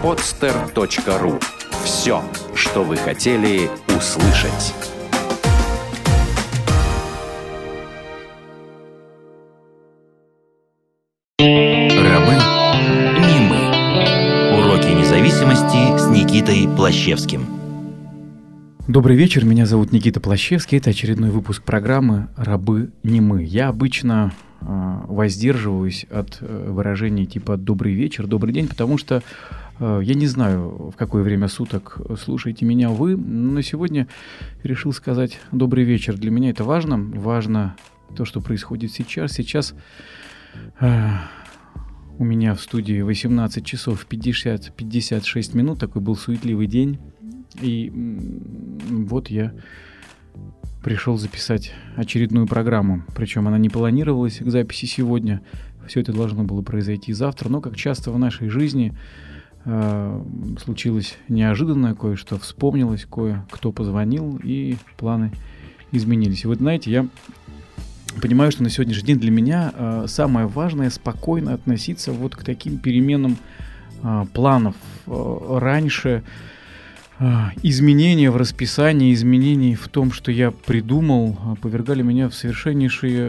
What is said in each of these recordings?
podster.ru. Все, что вы хотели услышать. Рабы не мы. Уроки независимости с Никитой Плащевским. Добрый вечер, меня зовут Никита Плащевский. Это очередной выпуск программы «Рабы не мы». Я обычно воздерживаюсь от выражений типа «добрый вечер», «добрый день», потому что я не знаю, в какое время суток слушаете меня вы, но сегодня решил сказать «добрый вечер». Для меня это важно. Важно то, что происходит сейчас. Сейчас у меня в студии 18 часов 56 минут. Такой был суетливый день. И вот я пришел записать очередную программу. Причем она не планировалась к записи сегодня. Все это должно было произойти завтра. Но, как часто в нашей жизни, случилось неожиданное, кое-что вспомнилось, кое-кто позвонил, и планы изменились. И вот знаете, я понимаю, что на сегодняшний день для меня самое важное — спокойно относиться вот к таким переменам планов. Раньше изменения в расписании, изменения в том, что я придумал, повергали меня в совершеннейшие,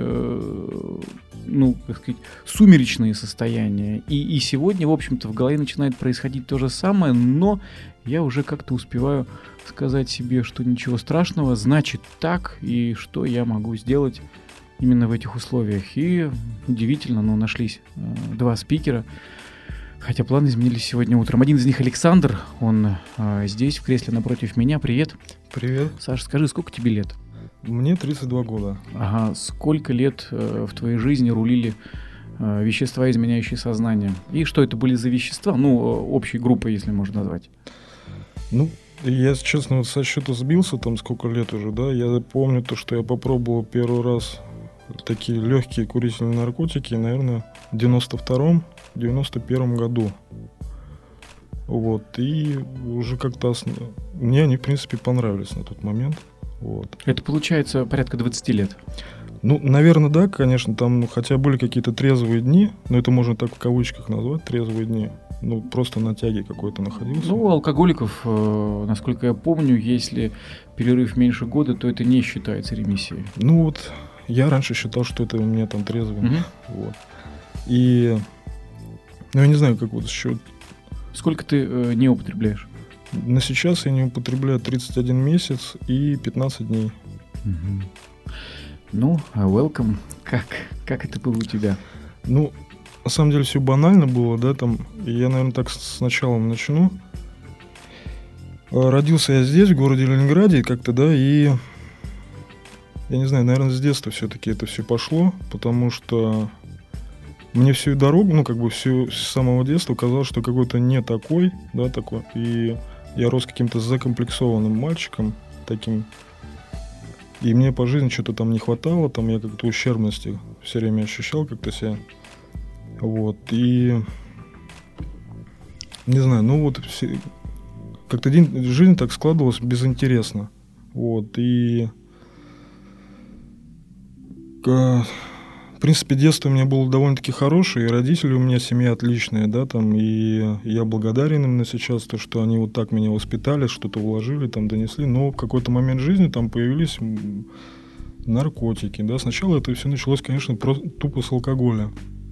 сумеречные состояния. И сегодня, в общем-то, в голове начинает происходить то же самое, но я уже как-то успеваю сказать себе, что ничего страшного, значит так, и что я могу сделать именно в этих условиях. И удивительно, но нашлись два спикера, хотя планы изменились сегодня утром. Один из них Александр, он здесь, в кресле напротив меня. Привет. Привет. Саша, скажи, сколько тебе лет? Мне 32 года. Ага, сколько лет в твоей жизни рулили вещества, изменяющие сознание? И что это были за вещества? Общей группой, если можно назвать. Я, честно, со счета сбился, там сколько лет уже, да. Я помню то, что я попробовал первый раз такие легкие курительные наркотики, наверное, в 92-91 году. Вот. И уже как-то мне они, в принципе, понравились на тот момент. Вот. Это получается порядка 20 лет. Наверное, да, конечно, там хотя были какие-то трезвые дни, но это можно так в кавычках назвать, трезвые дни. Просто на тяге какой-то находился. У алкоголиков, насколько я помню, если перерыв меньше года, то это не считается ремиссией. Я раньше считал, что это у меня там трезвый. Угу. Вот. И, я не знаю, как вот счет. Сколько ты не употребляешь? На сейчас я не употребляю 31 месяц и 15 дней. Угу. Welcome. Как это было у тебя? На самом деле все банально было, да, там. Я, наверное, так сначала начну. Родился я здесь, в городе Ленинграде, как-то, да, и я не знаю, наверное, с детства все-таки это все пошло, потому что мне всю дорогу, с самого детства казалось, что какой-то не такой, да, такой. И я рос каким-то закомплексованным мальчиком таким. И мне по жизни что-то там не хватало, там я как-то ущербности все время ощущал как-то себя. Вот, и не знаю, как-то жизнь так складывалась безинтересно. Вот, и в принципе, детство у меня было довольно-таки хорошее, и родители у меня, семья отличная, да, там, и я благодарен им на сейчас, то, что они вот так меня воспитали, что-то вложили, там, донесли, но в какой-то момент жизни там появились наркотики, да, сначала это все началось, конечно, тупо с алкоголя.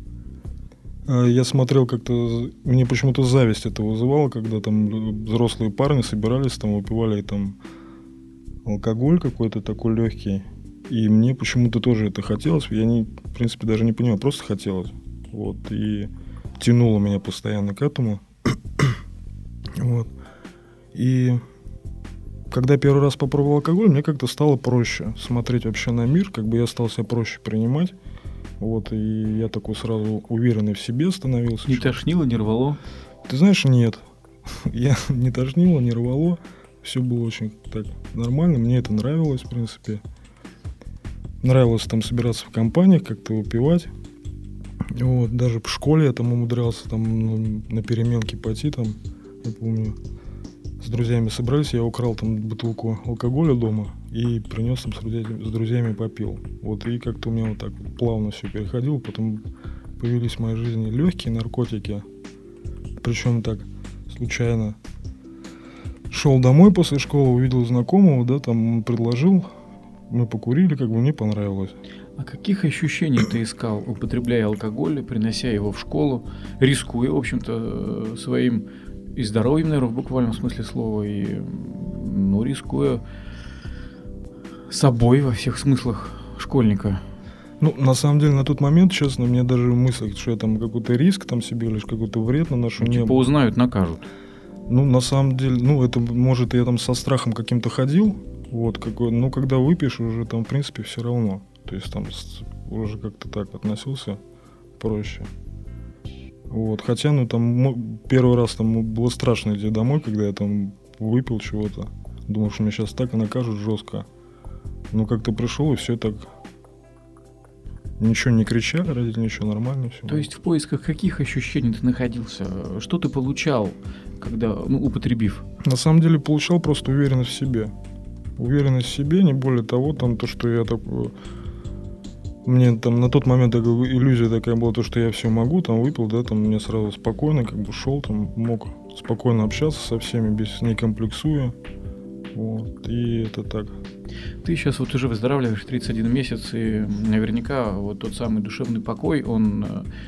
Я смотрел как-то, мне почему-то зависть это вызывало, когда там взрослые парни собирались, там, выпивали там алкоголь какой-то такой легкий. И мне почему-то тоже это хотелось. Я, в принципе, даже не понимаю, просто хотелось. Вот. И тянуло меня постоянно к этому. Вот. И когда первый раз попробовал алкоголь, мне как-то стало проще смотреть вообще на мир. Я стал себя проще принимать. Вот. И я такой сразу уверенный в себе становился. Не тошнило, не рвало? Ты знаешь, нет. Я не тошнило, не рвало. Все было очень так нормально. Мне это нравилось, в принципе. Нравилось там собираться в компаниях, как-то выпивать. Вот, даже в школе я там умудрялся там, на переменки пойти, там, я помню, с друзьями собрались, я украл там бутылку алкоголя дома и принес там с друзьями попил. Вот, и как-то у меня вот так плавно все переходило. Потом появились в моей жизни легкие наркотики, причем так случайно шел домой после школы, увидел знакомого, да, там он предложил, мы покурили, как бы мне понравилось. А каких ощущений ты искал, употребляя алкоголь, принося его в школу, рискуя, в общем-то, своим и здоровьем, наверное, в буквальном смысле слова, и, ну, рискуя собой во всех смыслах школьника? Ну, на самом деле, на тот момент, честно, мне даже мысль, что я там какой-то риск там себе или какой-то вред наношу, не Типа было. узнают, накажут. Ну, на самом деле, ну, это, может, я там со страхом каким-то ходил, вот, какой, но когда выпьешь, уже там, в принципе, все равно. То есть там уже как-то так относился проще. Вот, хотя, ну, там, первый раз там было страшно идти домой, когда я там выпил чего-то. Думал, что меня сейчас так и накажут жестко. Но как-то пришел, и все так... Ничего не кричали, родители, ничего, нормально все. То есть в поисках каких ощущений ты находился? Что ты получал, когда, ну, употребив? На самом деле получал просто уверенность в себе. Уверенность в себе, не более того, там то, что я такой... Мне там на тот момент иллюзия такая была, то, что я все могу, там выпил, да, там мне сразу спокойно, как бы шел, там мог спокойно общаться со всеми, не комплексуя. Вот, и это так. Ты сейчас вот уже выздоравливаешь 31 месяц, и наверняка вот тот самый душевный покой, он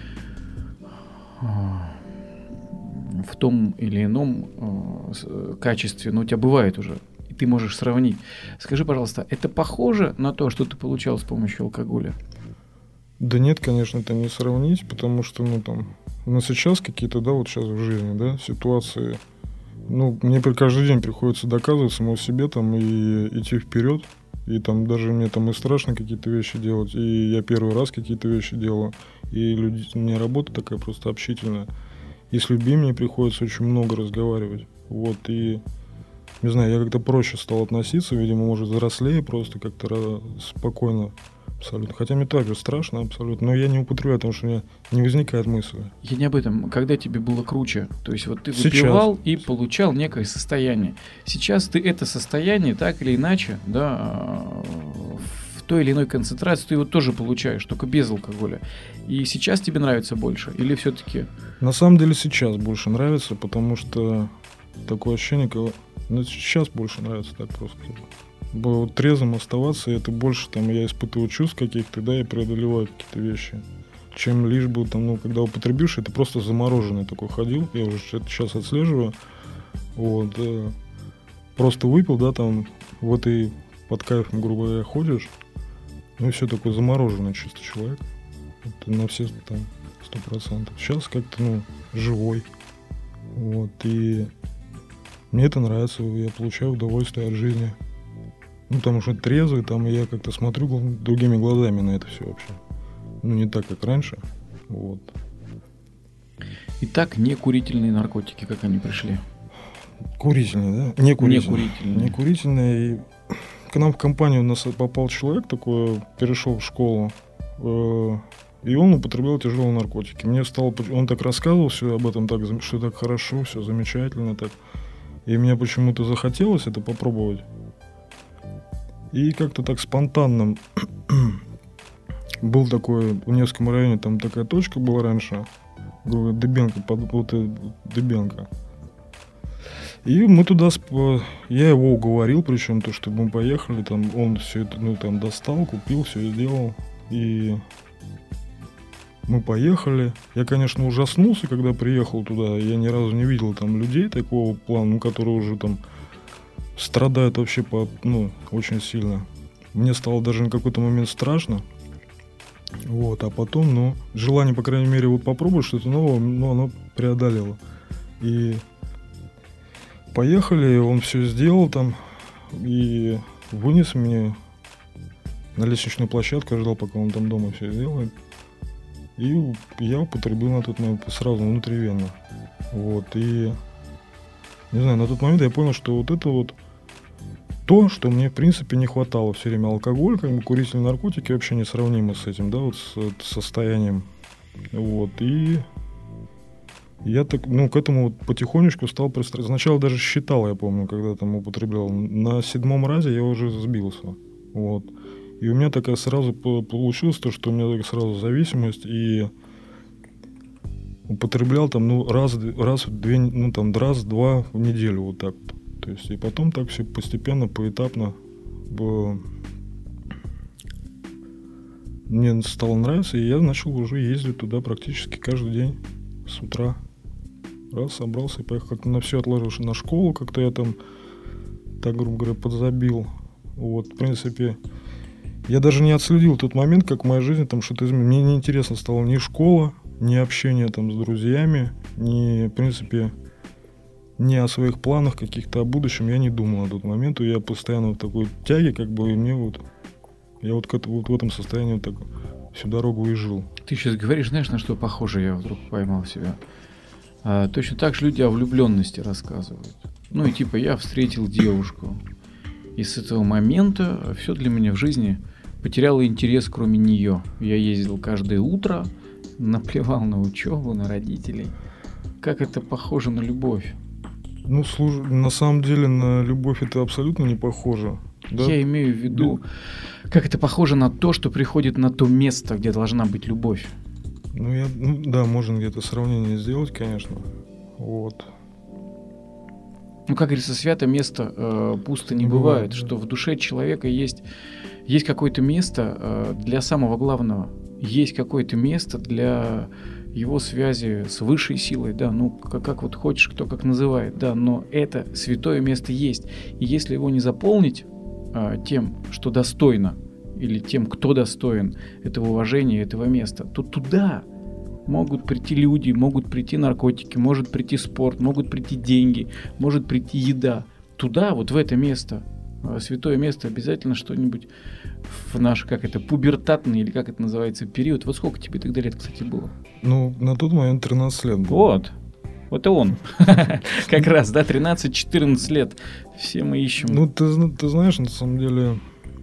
в том или ином качестве, но у тебя бывает уже, и ты можешь сравнить. Скажи, пожалуйста, это похоже на то, что ты получал с помощью алкоголя? Да нет, конечно, это не сравнить, потому что, ну, там, ну, сейчас какие-то, да, вот сейчас в жизни, да, ситуации, ну, мне каждый день приходится доказывать самому себе, там, и идти вперед, и там даже мне там и страшно какие-то вещи делать, и я первый раз какие-то вещи делаю, и люди, у меня работа такая просто общительная, и с людьми мне приходится очень много разговаривать, вот, и, не знаю, я как-то проще стал относиться, видимо, может, взрослее просто как-то спокойно. Абсолютно. Хотя мне также страшно, абсолютно. Но я не употребляю, потому что у меня не возникает мысли. Я не об этом. Когда тебе было круче? То есть вот ты выпивал и получал некое состояние. Сейчас ты это состояние так или иначе, да, в той или иной концентрации ты его тоже получаешь, только без алкоголя. И сейчас тебе нравится больше? Или все-таки... На самом деле сейчас больше нравится, потому что такое ощущение, ну, сейчас больше нравится так просто. Вот трезвым оставаться, это больше там я испытываю чувств каких-то, да, и преодолеваю какие-то вещи, чем лишь бы там, ну, когда употребишь, это просто замороженный такой ходил, я уже это сейчас отслеживаю, вот, просто выпил, да, там, вот и под кайфом, грубо говоря, ходишь, ну и все такой замороженный чисто человек, это на все там 100%. Сейчас как-то, ну, живой, вот, и мне это нравится, я получаю удовольствие от жизни. Ну, потому что трезвый, там я как-то смотрю другими глазами на это все вообще. Ну, не так, как раньше. Вот. Итак, некурительные наркотики, как они пришли? Курительные, да? Некурительные. Некурительные. И к нам в компанию у нас попал человек такой, перешел в школу, и он употреблял тяжелые наркотики. Мне стало, он так рассказывал все об этом, так, что так хорошо, все замечательно, так. И мне почему-то захотелось это попробовать. И как-то так спонтанно был такой, в Невском районе там такая точка была раньше, Дыбенко, Дыбенко. И мы туда, я его уговорил, причем то, что мы поехали, там он все это, ну, там достал, купил, все сделал, и мы поехали. Я, конечно, ужаснулся, когда приехал туда, я ни разу не видел там людей такого плана, ну, которые уже там страдают вообще ну, очень сильно. Мне стало даже на какой-то момент страшно. Вот, а потом, ну, желание, по крайней мере, вот попробовать что-то новое, ну, оно преодолело. И поехали, он все сделал там и вынес меня на лестничную площадку, я ждал, пока он там дома все сделает. И я употребил на тот момент сразу внутривенно. Вот, и не знаю, на тот момент я понял, что вот это вот то, что мне, в принципе, не хватало все время. Алкоголь, как бы курительные наркотики вообще несравнимы с этим, да, вот с состоянием. Вот, и я так, ну, к этому вот потихонечку стал пристраститься. Сначала даже считал, я помню, когда там употреблял. На 7-м разе я уже сбился. Вот. И у меня такая сразу получилось то, что у меня такая сразу зависимость, и употреблял там, раз-два в неделю вот так. То есть, и потом так все постепенно, поэтапно мне стало нравиться, и я начал уже ездить туда практически каждый день с утра. Раз, собрался и поехал. Как-то на все отложил, на школу как-то я там, так, грубо говоря, подзабил. Вот, в принципе, я даже не отследил тот момент, как в моей жизни там что-то изменилось. Мне не интересно стало ни школа, ни общение там с друзьями, ни, в принципе, ни о своих планах каких-то, о будущем я не думал на тот момент. И я постоянно в такой тяге, как бы, и мне вот... Я вот в этом состоянии вот так всю дорогу и жил. Ты сейчас говоришь, знаешь, на что похоже, я вдруг поймал себя. Точно так же люди о влюбленности рассказывают. Ну и типа я встретил девушку, и с этого момента все для меня в жизни потеряло интерес, кроме нее. Я ездил каждое утро, наплевал на учебу, на родителей. Как это похоже на любовь? Ну, на самом деле на любовь это абсолютно не похоже. Да? Я имею в виду, как это похоже на то, что приходит на то место, где должна быть любовь. Да, можно где-то сравнение сделать, конечно. Вот. Ну, как говорится, свято место пусто не бывает, да. Что в душе человека есть какое-то место для самого главного. Есть какое-то место для его связи с высшей силой, да, ну, как вот хочешь, кто как называет, да, но это святое место есть. И если его не заполнить тем, что достойно, или тем, кто достоин этого уважения, этого места, то туда могут прийти люди, могут прийти наркотики, может прийти спорт, могут прийти деньги, может прийти еда. Туда, вот в это место, святое место, обязательно что-нибудь в наш, пубертатный, или как это называется, период. Вот сколько тебе тогда лет, кстати, было? Ну, на тот момент 13 лет было. Вот и он. Как раз, да, 13-14 лет. Все мы ищем. Ну, ты знаешь, на самом деле,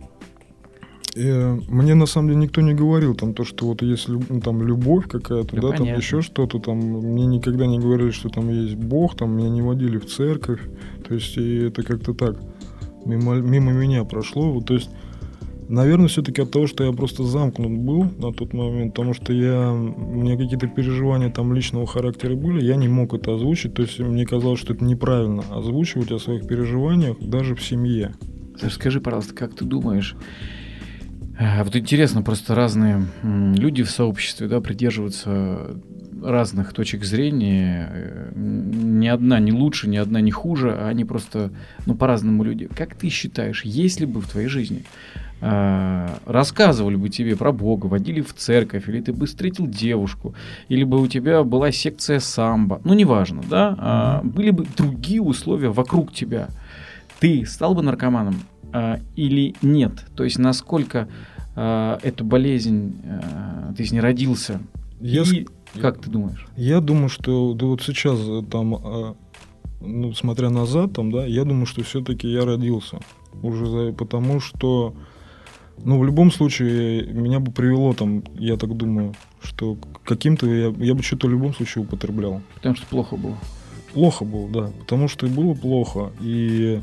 мне на самом деле никто не говорил там то, что вот есть там любовь какая-то, да, там еще что-то там. Мне никогда не говорили, что там есть Бог, там меня не водили в церковь. То есть, и это как-то так мимо меня прошло. Вот, то есть, наверное, все-таки от того, что я просто замкнут был на тот момент, потому что у меня какие-то переживания там личного характера были, я не мог это озвучить, то есть мне казалось, что это неправильно озвучивать о своих переживаниях даже в семье. Саша, скажи, пожалуйста, как ты думаешь, вот интересно, просто разные люди в сообществе, да, придерживаются разных точек зрения, ни одна не лучше, ни одна не хуже, а они просто, по-разному люди. Как ты считаешь, если бы в твоей жизни рассказывали бы тебе про Бога, водили в церковь, или ты бы встретил девушку, или бы у тебя была секция самбо, неважно, да, были бы другие условия вокруг тебя, ты стал бы наркоманом или нет? То есть насколько эту болезнь ты с ней родился? Как ты думаешь? Я думаю, что вот сейчас там, смотря назад, там, да, я думаю, что все-таки я родился уже, потому что в любом случае меня бы привело там, я так думаю, что каким-то я бы что-то в любом случае употреблял. Потому что плохо было. Плохо было, да, потому что было плохо. И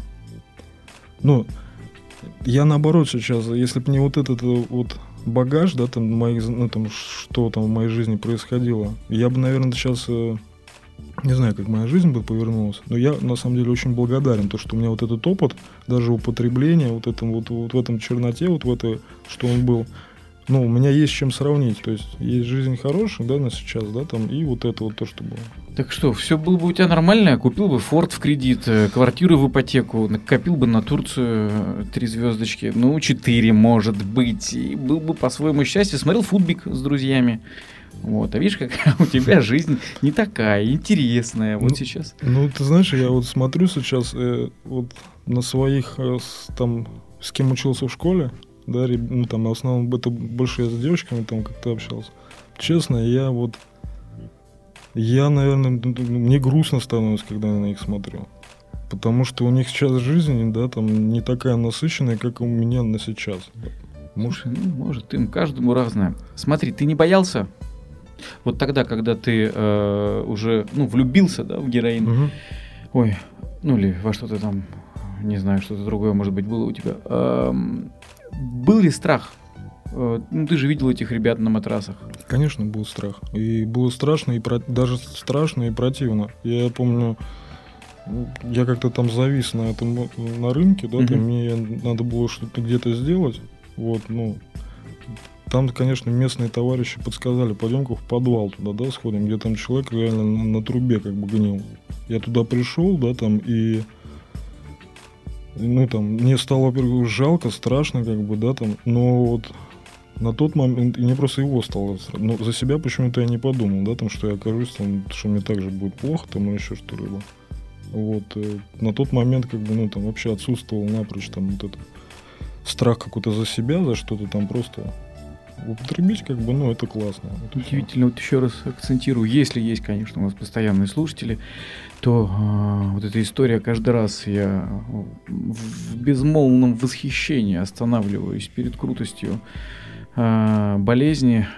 я наоборот сейчас, если бы не вот этот вот багаж, да, там что там в моей жизни происходило, я бы, наверное, сейчас не знаю, как моя жизнь бы повернулась, но я на самом деле очень благодарен, то, что у меня вот этот опыт, даже употребление, вот в этом черноте, вот в этой, что он был, у меня есть с чем сравнить, то есть есть жизнь хорошая, да, на сейчас, да, там, и вот это вот то, что было. Так что, все было бы у тебя нормально, купил бы Форд в кредит, квартиру в ипотеку, накопил бы на Турцию 3 звездочки, 4, может быть, и был бы по-своему счастье, смотрел футбик с друзьями. Вот, а видишь, какая у тебя жизнь не такая интересная вот сейчас. Ты знаешь, я вот смотрю сейчас вот на своих, там, с кем учился в школе, да, там, в основном, это больше я с девочками там как-то общался. Честно, наверное, мне грустно становится, когда я на них смотрю. Потому что у них сейчас жизнь, да, там, не такая насыщенная, как у меня на сейчас. Может, им каждому разное. Смотри, ты не боялся? Вот тогда, когда ты уже, влюбился, да, в героин, ой, или во что-то там, не знаю, что-то другое, может быть, было у тебя. Был ли страх Ну, ты же видел этих ребят на матрасах. Конечно, был страх. И было страшно, даже страшно и противно. Я помню, я как-то там завис на рынке, да, там мне надо было что-то где-то сделать. Вот, ну, там, конечно, местные товарищи подсказали, пойдем-ка в подвал туда, да, сходим, где там человек реально на трубе как бы гнил. Я туда пришел, да, там, и ну, там, мне стало, во-первых, жалко, страшно, как бы, да, там, но вот на тот момент, мне просто его стало, но за себя почему-то я не подумал, да, там, что я окажусь, там, что мне так же будет плохо, там, или еще что-либо. Вот, на тот момент, как бы, ну, там, вообще отсутствовал напрочь, там, вот этот страх какой-то за себя, за что-то там просто употребить, как бы, ну, это классно. Это удивительно, вот еще раз акцентирую, если есть, конечно, у нас постоянные слушатели, то вот эта история каждый раз я в безмолвном восхищении останавливаюсь перед крутостью болезни.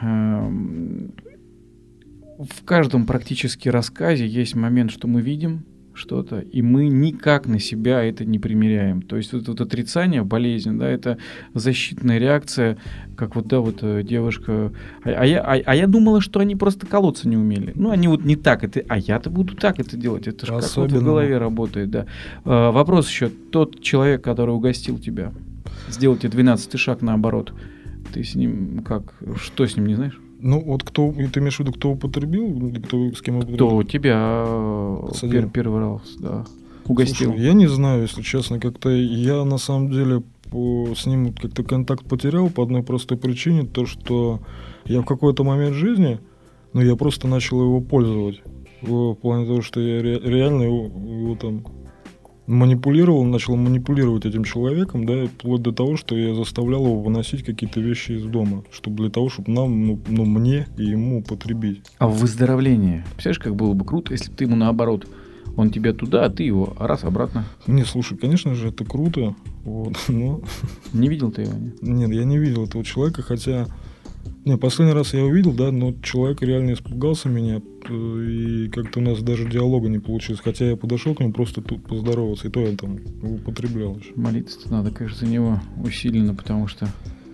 В каждом практически рассказе есть момент, что мы видим что-то, и мы никак на себя это не примеряем. То есть вот отрицание болезни, да, это защитная реакция, как вот, да, вот девушка... А я думала, что они просто колоться не умели. Ну, они вот не так это... А я-то буду так это делать. Это же как вот в голове работает, да. Вопрос еще. Тот человек, который угостил тебя, сделал тебе 12-й шаг наоборот, ты с ним как... Что с ним, не знаешь? Ну, вот кто, ты имеешь в виду, кто употребил, кто с кем употребил? Кто тебя первый раз, да, угостил? Слушай, я не знаю, если честно, как-то я на самом деле с ним как-то контакт потерял по одной простой причине, то, что я в какой-то момент жизни, ну, я просто начал его пользовать, в плане того, что я реально его там начал манипулировать этим человеком, да, вплоть до того, что я заставлял его выносить какие-то вещи из дома, чтобы для того, чтобы нам, ну, мне и ему употребить. А в выздоровлении, представляешь, как было бы круто, если бы ты ему наоборот, он тебя туда, а ты его раз обратно. Не, слушай, конечно же, это круто, вот, но... Не видел ты его? Нет, я не видел этого человека, хотя... Не, последний раз я его видел, да, но человек реально испугался меня, и как-то у нас даже диалога не получилось. Хотя я подошел к нему просто тут поздороваться, и то я там употреблял еще. Молиться-то надо, конечно, за него усиленно, потому что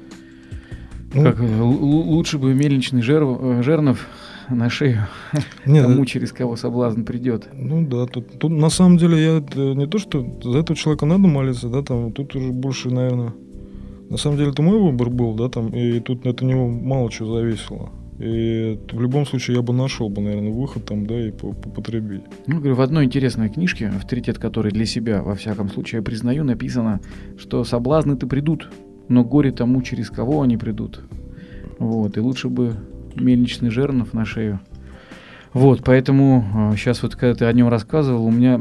лучше бы мельничный жернов на шею тому, через кого соблазн придет. Ну да, тут на самом деле я не то, что за этого человека надо молиться, да, там тут уже больше, наверное... На самом деле это мой выбор был, да, там, и тут от него мало чего зависело. И в любом случае я бы нашел бы, наверное, выход там, да, и потребить. Ну, говорю, в одной интересной книжке, авторитет которой для себя, во всяком случае, я признаю, написано, что соблазны-то придут, но горе тому, через кого они придут. Вот, и лучше бы мельничный жернов на шею. Вот, поэтому сейчас вот, когда ты о нем рассказывал, у меня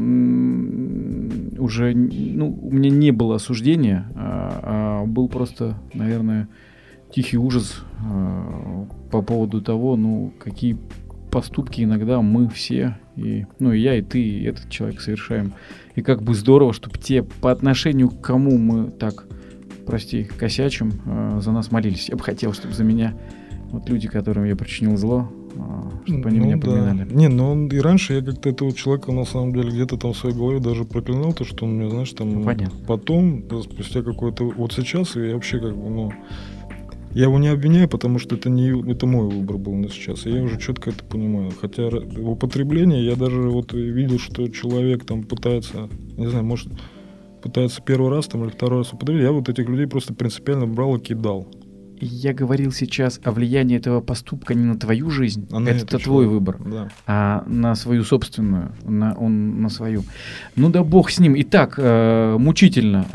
уже, ну, у меня не было осуждения, а был просто, наверное, тихий ужас по поводу того, ну, какие поступки иногда мы все, и я, и ты, и этот человек совершаем. И как бы здорово, чтобы те, по отношению к кому мы так, прости, косячим, за нас молились. Я бы хотел, чтобы за меня вот люди, которым я причинил зло, чтобы они меня поминали. Не, но и раньше я как-то этого человека, на самом деле, где-то там в своей голове даже проклинал, то, что он мне, знаешь, там... Понятно. Потом, да, спустя какое-то... Вот сейчас я вообще как бы, ну... Я его не обвиняю, потому что это мой выбор был на сейчас, и я уже четко это понимаю. Хотя в употреблении я даже вот видел, что человек там пытается, не знаю, может, пытается первый раз там или второй раз употребить, я вот этих людей просто принципиально брал и кидал. Я говорил сейчас о влиянии этого поступка не на твою жизнь, это твой выбор, да, а на свою собственную, на свою. Ну да бог с ним. Итак, мучительно.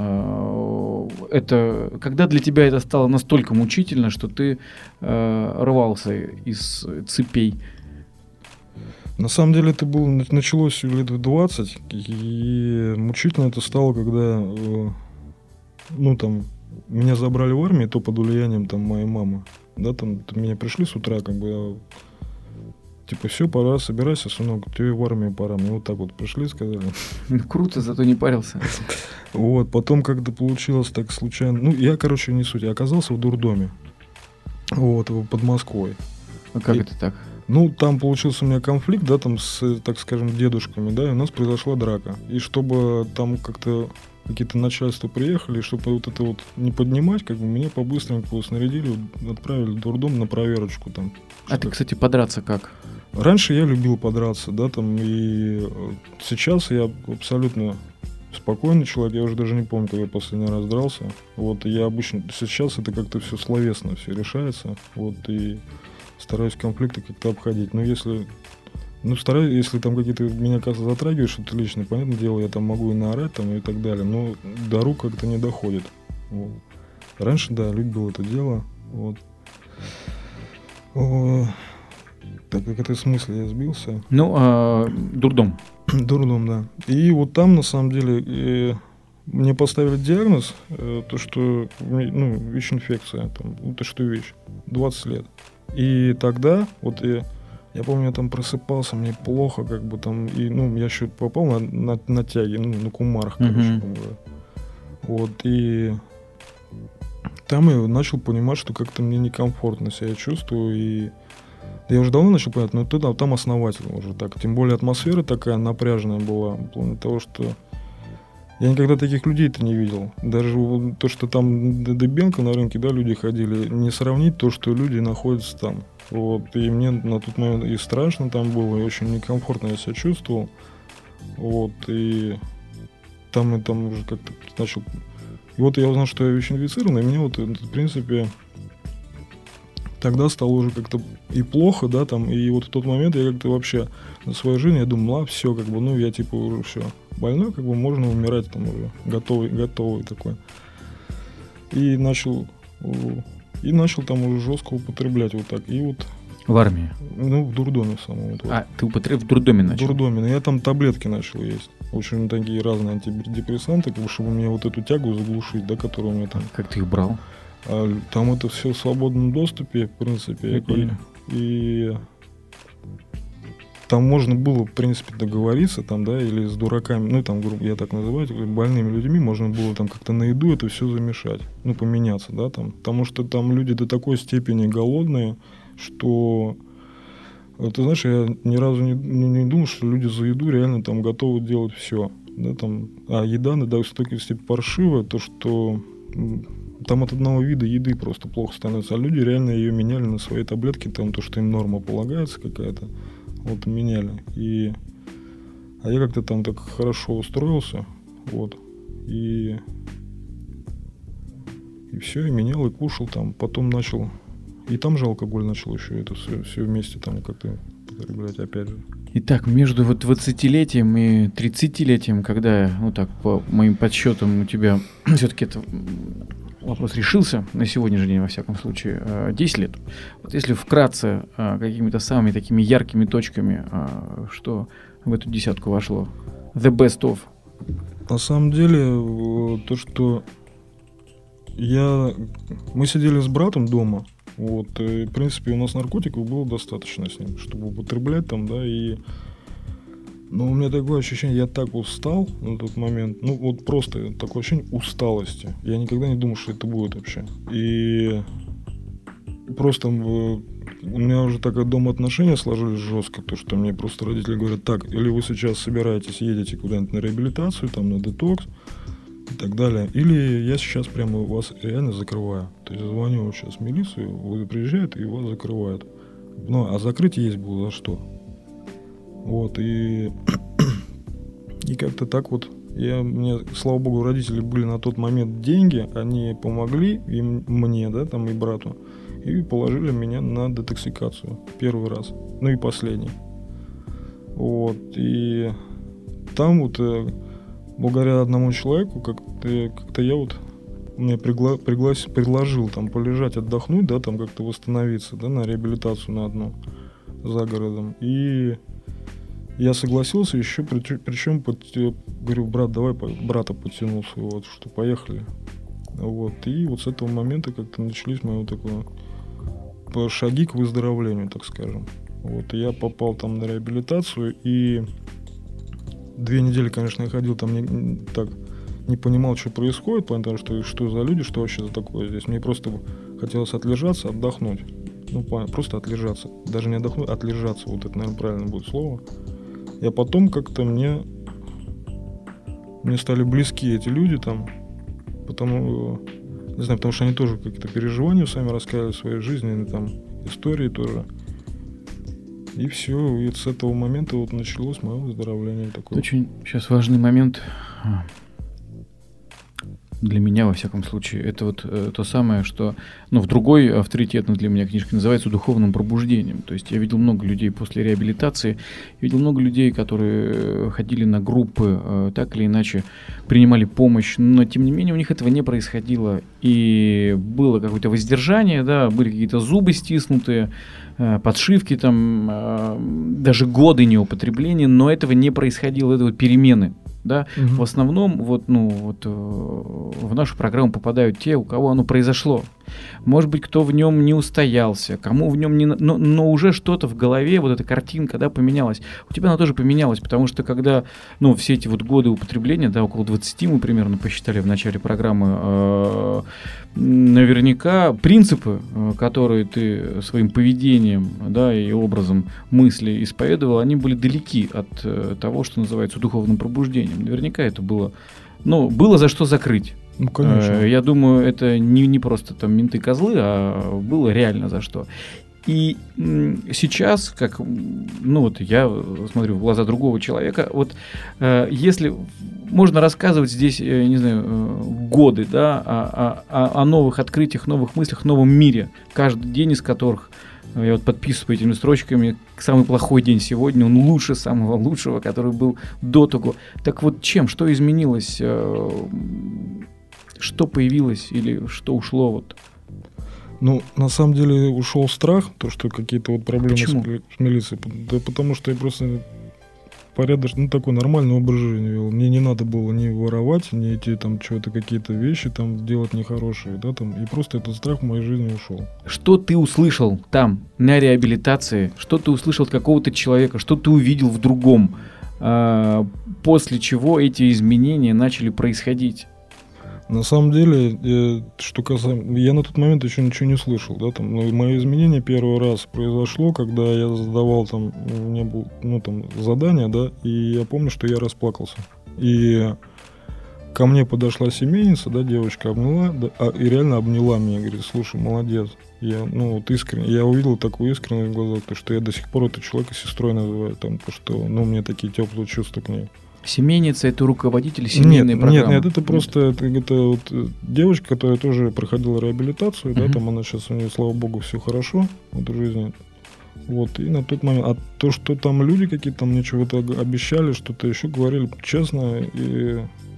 Это когда для тебя это стало настолько мучительно, что ты рвался из цепей? На самом деле это началось лет в 20, и мучительно это стало, когда, ну там, меня забрали в армию, то под влиянием там моей мамы. Да, там меня пришли с утра, как бы, типа, все, пора, собирайся, сынок, тебе в армию пора. Мне вот так вот пришли, сказали. Круто, зато не парился. Вот, потом как-то получилось так случайно. Ну, я, короче, не суть, я оказался в дурдоме. Вот, под Москвой. А как это так? Ну, там получился у меня конфликт, да, там с, так скажем, дедушками, да, и у нас произошла драка. И чтобы там как-то какие-то начальства приехали, чтобы вот это вот не поднимать, как бы меня по-быстреньку снарядили, отправили в дурдом на проверочку там. А ты, кстати, подраться как? Раньше я любил подраться, да, там, и сейчас я абсолютно спокойный человек, я уже даже не помню, когда я последний раз дрался. Вот, и я обычно, сейчас это как-то все словесно, все решается, вот, и стараюсь конфликты как-то обходить. Но если, стараюсь, если там какие-то меня, кажется, затрагивают, что-то личное, понятное дело, я там могу и наорать, там, и так далее, но до рук как-то не доходит. Вот. Раньше, да, любил это дело, вот. Так как это в смысле я сбился? Дурдом. Дурдом, да. И вот там, на самом деле, мне поставили диагноз, то, что, ВИЧ-инфекция, там, это что ВИЧ, 20 лет. И тогда, вот я помню, я там просыпался, мне плохо, как бы там, и, я еще попал на тяги, на кумарах, короче, вот, и там я начал понимать, что как-то мне некомфортно себя чувствую, и я уже давно начал понимать, но там основательно уже так. Тем более атмосфера такая напряженная была, в плане того, что я никогда таких людей-то не видел. Даже то, что там Дыбенко на рынке, да, люди ходили, не сравнить то, что люди находятся там. Вот. И мне на тот момент и страшно там было, и очень некомфортно я себя чувствовал. Вот. И там уже как-то начал... И вот я узнал, что я ВИЧ-инфицирован, и мне вот, в принципе... Тогда стало уже как-то и плохо, да, там, и вот в тот момент я как-то вообще на своей жизни, я думал, я типа уже все, больной, как бы можно умирать там уже, готовый такой. И начал там уже жестко употреблять вот так, и вот... В армии? В дурдоме самом. Вот. Ты в дурдоме начал? В дурдоме, но я там таблетки начал есть. Очень такие разные антидепрессанты, чтобы мне вот эту тягу заглушить, да, которую у меня там... Как ты их брал? Там это все в свободном доступе, в принципе. И там можно было, в принципе, договориться, там, да, или с дураками, я так называю, больными людьми, можно было там как-то на еду это все замешать, поменяться, да, там. Потому что там люди до такой степени голодные, что, ты знаешь, я ни разу не думал, что люди за еду реально там готовы делать все, да, там. А еда до столько степени паршивая, то, что... Там от одного вида еды просто плохо становится, а люди реально ее меняли на свои таблетки, там то, что им норма полагается какая-то, вот меняли. А я как-то там так хорошо устроился, вот, и все, и менял, и кушал там, потом начал, и там же алкоголь начал еще это все вместе там как-то потреблять опять же. Итак, между 20-летием и 30-летием, когда, по моим подсчетам, у тебя все-таки это вопрос решился, на сегодняшний день, во всяком случае, 10 лет. Вот если вкратце какими-то самыми такими яркими точками, что в эту десятку вошло? The best of. На самом деле, то, что мы сидели с братом дома, вот, и, в принципе, у нас наркотиков было достаточно с ним, чтобы употреблять там, да, но у меня такое ощущение, я так устал на тот момент, просто такое ощущение усталости. Я никогда не думал, что это будет вообще. И просто у меня уже так дома отношения сложились жестко, то, что мне просто родители говорят, так, или вы сейчас собираетесь, едете куда-нибудь на реабилитацию, там, на детокс и так далее, или я сейчас прямо вас реально закрываю. То есть звоню сейчас в милицию, вы приезжаете и вас закрывают. А закрытие есть было за что? Вот, и как-то так вот, мне, слава богу, родители были на тот момент деньги, они помогли мне, да, там и брату, и положили меня на детоксикацию первый раз, и последний. Вот, и там вот, благодаря одному человеку, как-то я вот, мне предложил там полежать, отдохнуть, да, там как-то восстановиться, да, на реабилитацию на одну за городом, и я согласился еще, причем говорю, брат, давай брата подтянул своего, что поехали. Вот. И вот с этого момента как-то начались мои шаги к выздоровлению, так скажем. Вот. И я попал там на реабилитацию, и 2 недели, конечно, я ходил там не понимал, что происходит, потому что за люди, что вообще за такое здесь. Мне просто хотелось отлежаться, отдохнуть. Просто отлежаться. Даже не отдохнуть, а отлежаться. Вот это, наверное, правильно будет слово. И потом как-то мне мне стали близки эти люди там, потому что они тоже какие-то переживания сами рассказывали в своей жизни, там, истории тоже. И все, и с этого момента вот началось мое выздоровление такое. Очень сейчас важный момент для меня, во всяком случае. Это вот то самое, что в другой авторитетной для меня книжке называется «Духовным пробуждением». То есть я видел много людей после реабилитации, видел много людей, которые ходили на группы, так или иначе принимали помощь, но тем не менее у них этого не происходило. И было какое-то воздержание, да, были какие-то зубы стиснутые, подшивки, там, даже годы неупотребления, но этого не происходило, это вот перемены. Да? В основном в нашу программу попадают те, у кого оно произошло. Может быть, кто в нем не устоялся, кому в нем не... Но уже что-то в голове, вот эта картинка, да, поменялась. У тебя она тоже поменялась, потому что когда, все эти вот годы употребления, да, около 20 мы примерно посчитали в начале программы, наверняка принципы, которые ты своим поведением, да, и образом мысли исповедовал, они были далеки от того, что называется духовным пробуждением. Наверняка это было, было за что закрыть. Ну, конечно. Я думаю, это не просто там менты-козлы, а было реально за что. И сейчас, как, я смотрю в глаза другого человека, если можно рассказывать здесь, не знаю, годы, да, о новых открытиях, новых мыслях, новом мире, каждый день из которых я вот подписываю этими строчками: самый плохой день сегодня, он лучше самого лучшего, который был до того. Так вот, что изменилось, что появилось или что ушло вот? На самом деле ушел страх, то, что какие-то вот проблемы с милицией. Да потому что я просто порядочный, такой нормальный образ жизни вел. Мне не надо было ни воровать, ни идти там что-то, какие-то вещи там делать нехорошие, да, там. И просто этот страх в моей жизни ушел. Что ты услышал там, на реабилитации? Что ты услышал от какого-то человека? Что ты увидел в другом? После чего эти изменения начали происходить? На самом деле, что касаемо... Я на тот момент еще ничего не слышал, да, там, но мое изменение первый раз произошло, когда я задавал там, у меня было, задание, да, и я помню, что я расплакался. И ко мне подошла семейница, да, девочка обняла, да, и реально обняла меня, говорит: слушай, молодец. Я, искренне, я увидел такую искренность в глазах, то, что я до сих пор этого человека сестрой называю, там, то, что, у меня такие теплые чувства к ней. Семейница — это руководитель семейной программы? Нет, это просто это вот девочка, которая тоже проходила реабилитацию, да, там она сейчас, у нее, слава богу, все хорошо в жизни. Вот, и на тот момент, а то, что там люди какие-то там мне чего-то обещали, что-то еще говорили, честно, и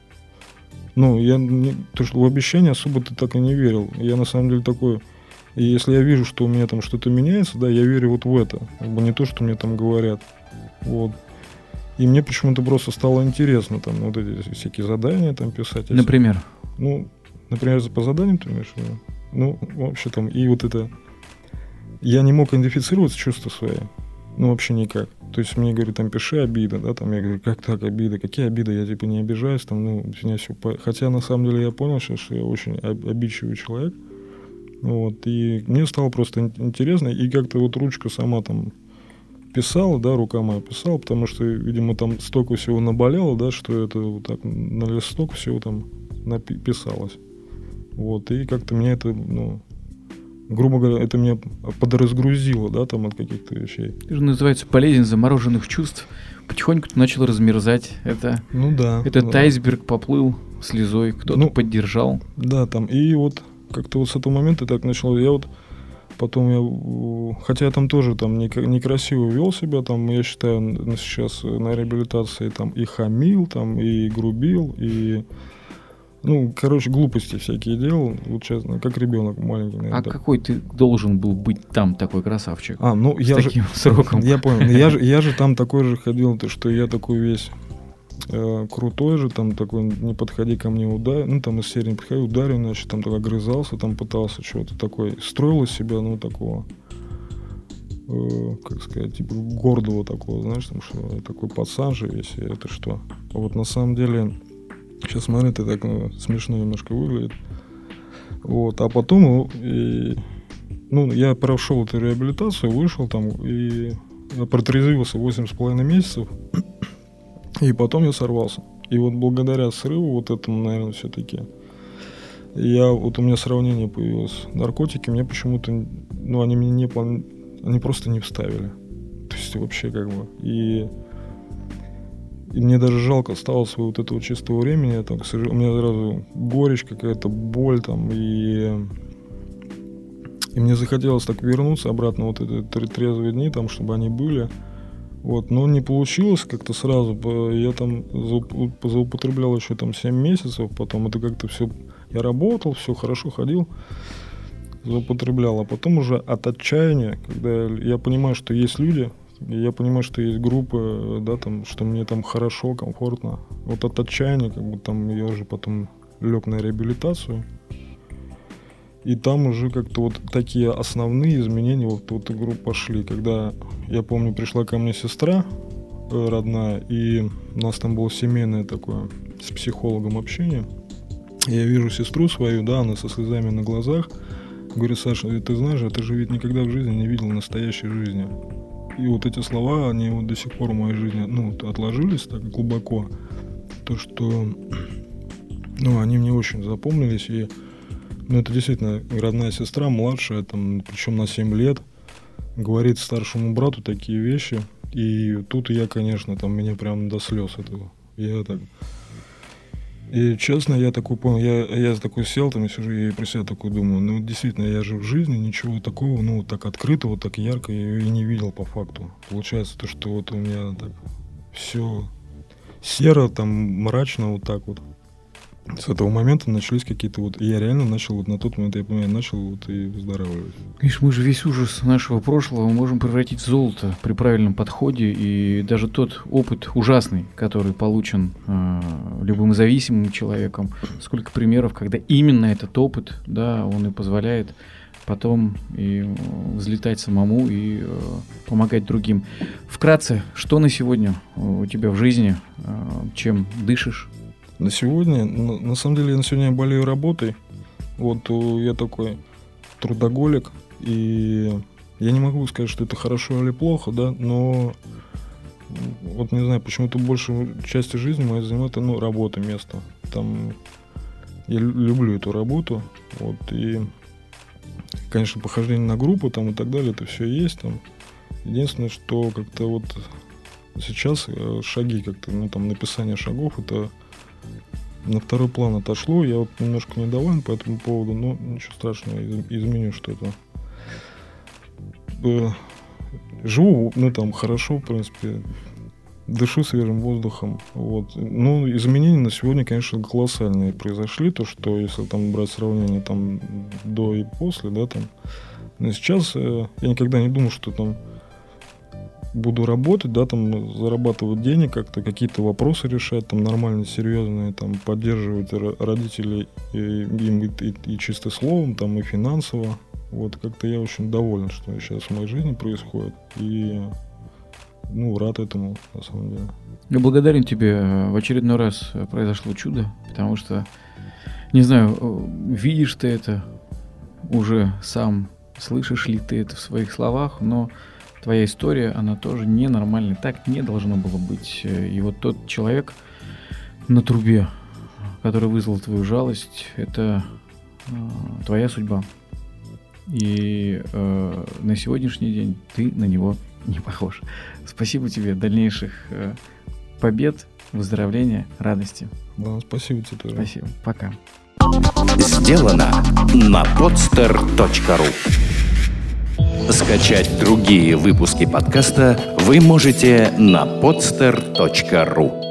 то, что в обещания особо-то так и не верил. Я на самом деле такой, и если я вижу, что у меня там что-то меняется, да, я верю вот в это, не то, что мне там говорят. Вот. И мне почему-то просто стало интересно там вот эти всякие задания там писать. Например? Например, по заданиям ты имеешь в виду? Вообще там, и вот это... Я не мог идентифицировать чувства свои. Вообще никак. То есть мне говорят, там, пиши обида, да, там, я говорю, как так обида? Какие обиды? Я типа не обижаюсь, там, у меня все... Хотя на самом деле я понял сейчас, что я очень обидчивый человек. Вот, и мне стало просто интересно, и как-то вот ручка сама там писала, да, рука моя писала, потому что, видимо, там столько всего наболело, да, что это вот так на листок всего там писалось. Вот, и как-то меня это, грубо говоря, это меня подразгрузило, да, там от каких-то вещей. Это же называется болезнь замороженных чувств. Потихоньку начал размерзать. Этот айсберг поплыл слезой, кто-то поддержал. Да, там, и вот как-то вот с этого момента так начало. Хотя я там тоже там некрасиво вел себя, там, я считаю, сейчас на реабилитации там и хамил, там, и грубил, и, глупости всякие делал, вот честно, как ребенок маленький. Наверное, какой ты должен был быть там такой красавчик? С таким сроком. Я понял, я же там такой же ходил, что я такой весь крутой же, там такой, не подходи ко мне, ударь, там из серии не подходи, ударил, значит, там так огрызался, там пытался чего-то такое, строил из себя, такого, как сказать, типа гордого такого, знаешь, там, что я такой пацан же весь, это что. Вот на самом деле, сейчас смотри, это так смешно немножко выглядит. Вот, а потом, я прошел эту реабилитацию, вышел там, и я протрезвился 8,5 месяцев. И потом я сорвался. И вот благодаря срыву вот этому, наверное, все-таки, у меня сравнение появилось. Наркотики мне почему-то, они мне они просто не вставили. То есть вообще как бы. И мне даже жалко стало своего вот этого чистого времени. Там, у меня сразу горечь какая-то, боль там. И мне захотелось так вернуться обратно вот эти трезвые дни, там, чтобы они были. Вот, но не получилось как-то сразу. Я там заупотреблял еще там 7 месяцев, потом это как-то все... Я работал, все хорошо ходил, заупотреблял. А потом уже от отчаяния, когда я понимаю, что есть люди, я понимаю, что есть группы, да, там, что мне там хорошо, комфортно. Вот от отчаяния, как бы там я уже потом лег на реабилитацию. И там уже как-то вот такие основные изменения вот в игру пошли. Когда, я помню, пришла ко мне сестра родная, и у нас там было семейное такое с психологом общение. Я вижу сестру свою, да, она со слезами на глазах. Говорю: Саша, ты знаешь, ты же ведь никогда в жизни не видел настоящей жизни. И вот эти слова, они вот до сих пор в моей жизни, отложились так глубоко. То, что, они мне очень запомнились. И, это действительно родная сестра, младшая, там, причем на 7 лет, говорит старшему брату такие вещи. И тут я, конечно, там, меня прям до слез этого. И честно, я такой понял, я такой сел там и сижу, и про себя такой думаю, действительно, я же в жизни ничего такого, так открытого, так ярко я и не видел по факту. Получается то, что вот у меня так все серо, там, мрачно вот так вот. С этого момента начались какие-то я реально начал на тот момент, я понимаю, начал и выздоравливать. Видишь, мы же весь ужас нашего прошлого можем превратить в золото при правильном подходе, и даже тот опыт ужасный, который получен любым зависимым человеком, сколько примеров, когда именно этот опыт, да, он и позволяет потом и взлетать самому и помогать другим. Вкратце, что на сегодня у тебя в жизни, чем дышишь? На сегодня, на самом деле, я на сегодня болею работой. Я такой трудоголик, и я не могу сказать, что это хорошо или плохо, да, но не знаю, почему-то большую часть жизни моя занимает, работа, место. Там я люблю эту работу, и, конечно, похождение на группу там и так далее, это все есть там. Единственное, что как-то сейчас шаги как-то, написание шагов, это на второй план отошло. Я немножко недоволен по этому поводу, но ничего страшного, изменю что-то. Живу, хорошо, в принципе, дышу свежим воздухом. Изменения на сегодня, конечно, колоссальные произошли. То, что если там брать сравнение там до и после, да, там. Но сейчас я никогда не думал, что там буду работать, да, там зарабатывать денег, как-то какие-то вопросы решать, там нормально, серьезные, там поддерживать родителей и чисто словом, там и финансово. Как-то я очень доволен, что сейчас в моей жизни происходит, и рад этому, на самом деле. Я благодарен тебе. В очередной раз произошло чудо, потому что, не знаю, видишь ты это уже сам, слышишь ли ты это в своих словах, но твоя история, она тоже ненормальная. Так не должно было быть. И тот человек на трубе, который вызвал твою жалость, это твоя судьба. И на сегодняшний день ты на него не похож. Спасибо тебе. Дальнейших побед, выздоровления, радости. Да, спасибо тебе тоже. Спасибо. Пока. Сделано на podster.ru. Скачать другие выпуски подкаста вы можете на podster.ru.